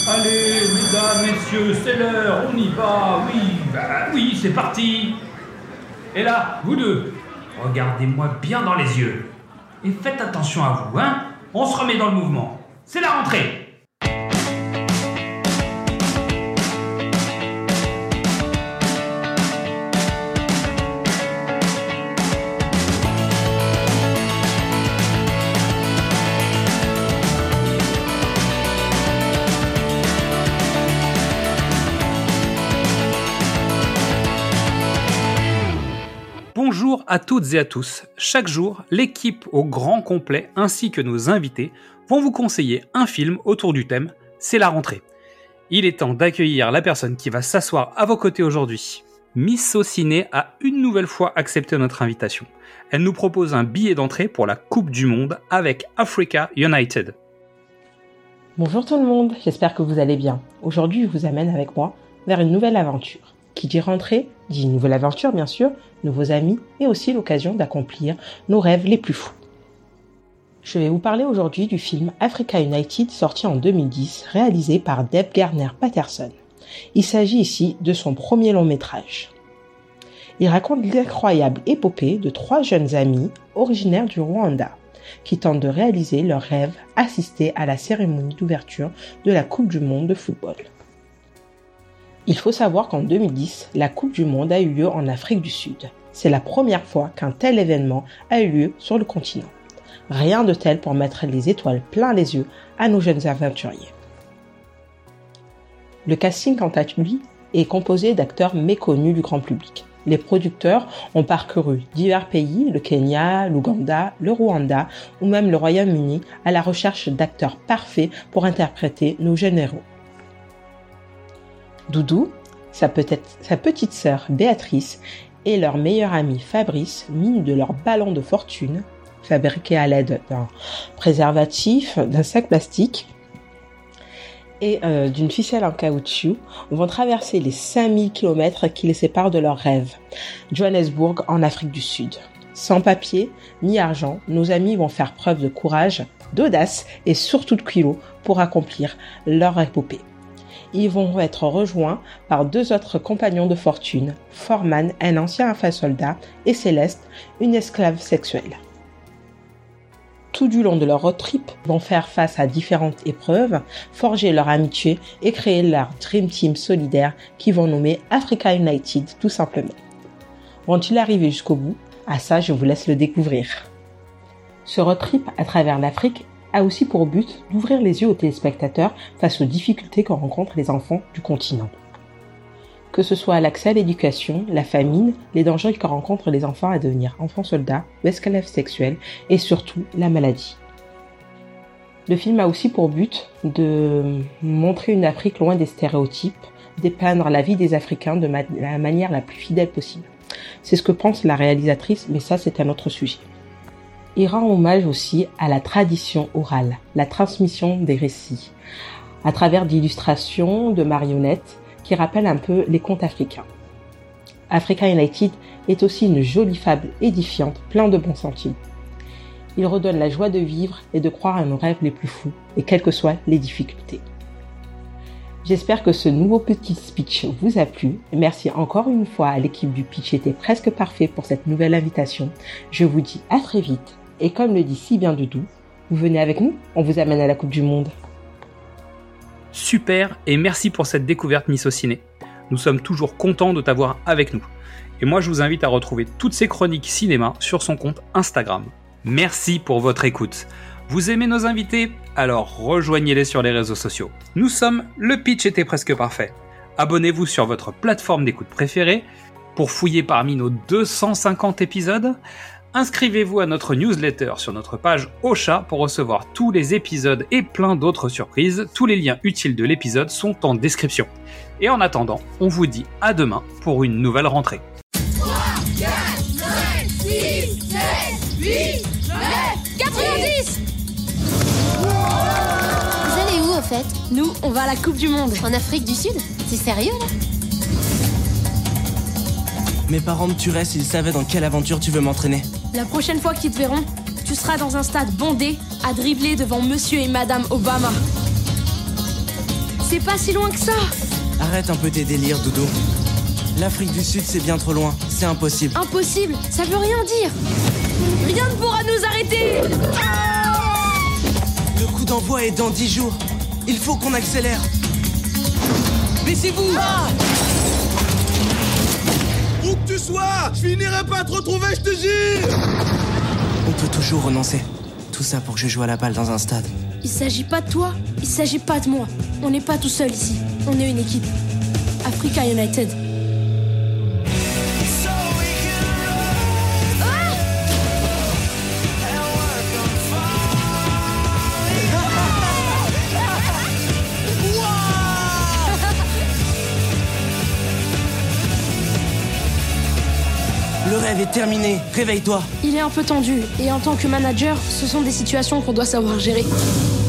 Allez, mesdames, messieurs, c'est l'heure, on y va, oui, c'est parti. Et là, vous deux, regardez-moi bien dans les yeux. Et faites attention à vous, hein. On se remet dans le mouvement. C'est la rentrée. Bonjour à toutes et à tous. Chaque jour, l'équipe au grand complet ainsi que nos invités vont vous conseiller un film autour du thème « C'est la rentrée ». Il est temps d'accueillir la personne qui va s'asseoir à vos côtés aujourd'hui. Missociné a une nouvelle fois accepté notre invitation. Elle nous propose un billet d'entrée pour la Coupe du Monde avec Africa United. Bonjour tout le monde, j'espère que vous allez bien. Aujourd'hui, je vous amène avec moi vers une nouvelle aventure. Qui dit rentrée, dit nouvelle aventure bien sûr, nouveaux amis et aussi l'occasion d'accomplir nos rêves les plus fous. Je vais vous parler aujourd'hui du film Africa United sorti en 2010, réalisé par Deb Garner Patterson. Il s'agit ici de son premier long métrage. Il raconte l'incroyable épopée de 3 jeunes amis originaires du Rwanda qui tentent de réaliser leur rêve, assister à la cérémonie d'ouverture de la Coupe du Monde de football. Il faut savoir qu'en 2010, la Coupe du Monde a eu lieu en Afrique du Sud. C'est la première fois qu'un tel événement a eu lieu sur le continent. Rien de tel pour mettre les étoiles plein les yeux à nos jeunes aventuriers. Le casting, quant à lui, est composé d'acteurs méconnus du grand public. Les producteurs ont parcouru divers pays, le Kenya, l'Ouganda, le Rwanda ou même le Royaume-Uni, à la recherche d'acteurs parfaits pour interpréter nos jeunes héros. Doudou, sa petite sœur Béatrice et leur meilleur ami Fabrice minent de leur ballon de fortune, fabriqué à l'aide d'un préservatif, d'un sac plastique et d'une ficelle en caoutchouc, vont traverser les 5000 km qui les séparent de leur rêve, Johannesburg en Afrique du Sud. Sans papier ni argent, nos amis vont faire preuve de courage, d'audace et surtout de culot pour accomplir leur épopée. Ils vont être rejoints par 2 autres compagnons de fortune, Foreman, un ancien soldat, et Céleste, une esclave sexuelle. Tout du long de leur road trip, ils vont faire face à différentes épreuves, forger leur amitié et créer leur Dream Team solidaire qu'ils vont nommer Africa United tout simplement. Vont-ils arriver jusqu'au bout ? Ah ça, je vous laisse le découvrir. Ce road trip à travers l'Afrique a aussi pour but d'ouvrir les yeux aux téléspectateurs face aux difficultés que rencontrent les enfants du continent. Que ce soit l'accès à l'éducation, la famine, les dangers que rencontrent les enfants à devenir enfants soldats ou esclaves sexuels et surtout la maladie. Le film a aussi pour but de montrer une Afrique loin des stéréotypes, dépeindre la vie des Africains de la manière la plus fidèle possible. C'est ce que pense la réalisatrice, mais ça c'est un autre sujet. Il rend hommage aussi à la tradition orale, la transmission des récits, à travers d'illustrations, de marionnettes qui rappellent un peu les contes africains. Africa United est aussi une jolie fable édifiante, plein de bons sentiments. Il redonne la joie de vivre et de croire à nos rêves les plus fous, et quelles que soient les difficultés. J'espère que ce nouveau petit speech vous a plu. Merci encore une fois à l'équipe du Pitch était presque parfait pour cette nouvelle invitation. Je vous dis à très vite. Et comme le dit si bien Doudou, vous venez avec nous, on vous amène à la Coupe du Monde. Super, et merci pour cette découverte Missociné. Nous sommes toujours contents de t'avoir avec nous. Et moi je vous invite à retrouver toutes ces chroniques cinéma sur son compte Instagram. Merci pour votre écoute. Vous aimez nos invités ? Alors rejoignez-les sur les réseaux sociaux. Nous sommes Le Pitch était presque parfait. Abonnez-vous sur votre plateforme d'écoute préférée pour fouiller parmi nos 250 épisodes. Inscrivez-vous à notre newsletter sur notre page Ocha pour recevoir tous les épisodes et plein d'autres surprises. Tous les liens utiles de l'épisode sont en description. Et en attendant, on vous dit à demain pour une nouvelle rentrée. 3, 4, 5, 6, 7, 8, 9, 90. Vous allez où au fait ? Nous, on va à la Coupe du Monde. En Afrique du Sud ? C'est sérieux là ? Mes parents me tueraient s'ils savaient dans quelle aventure tu veux m'entraîner. La prochaine fois qu'ils te verront, tu seras dans un stade bondé à dribbler devant Monsieur et Madame Obama. C'est pas si loin que ça. Arrête un peu tes délires, Doudou. L'Afrique du Sud, c'est bien trop loin. C'est impossible. Impossible, ça veut rien dire. Rien ne pourra nous arrêter. Le coup d'envoi est dans 10 jours. Il faut qu'on accélère. Baissez-vous. Où que tu sois, je finirai pas à te retrouver, je te jure. On peut toujours renoncer. Tout ça pour que je joue à la balle dans un stade. Il s'agit pas de toi, il s'agit pas de moi. On n'est pas tout seul ici. On est une équipe. Africa United. Le rêve est terminé. Réveille-toi. Il est un peu tendu, et en tant que manager, ce sont des situations qu'on doit savoir gérer.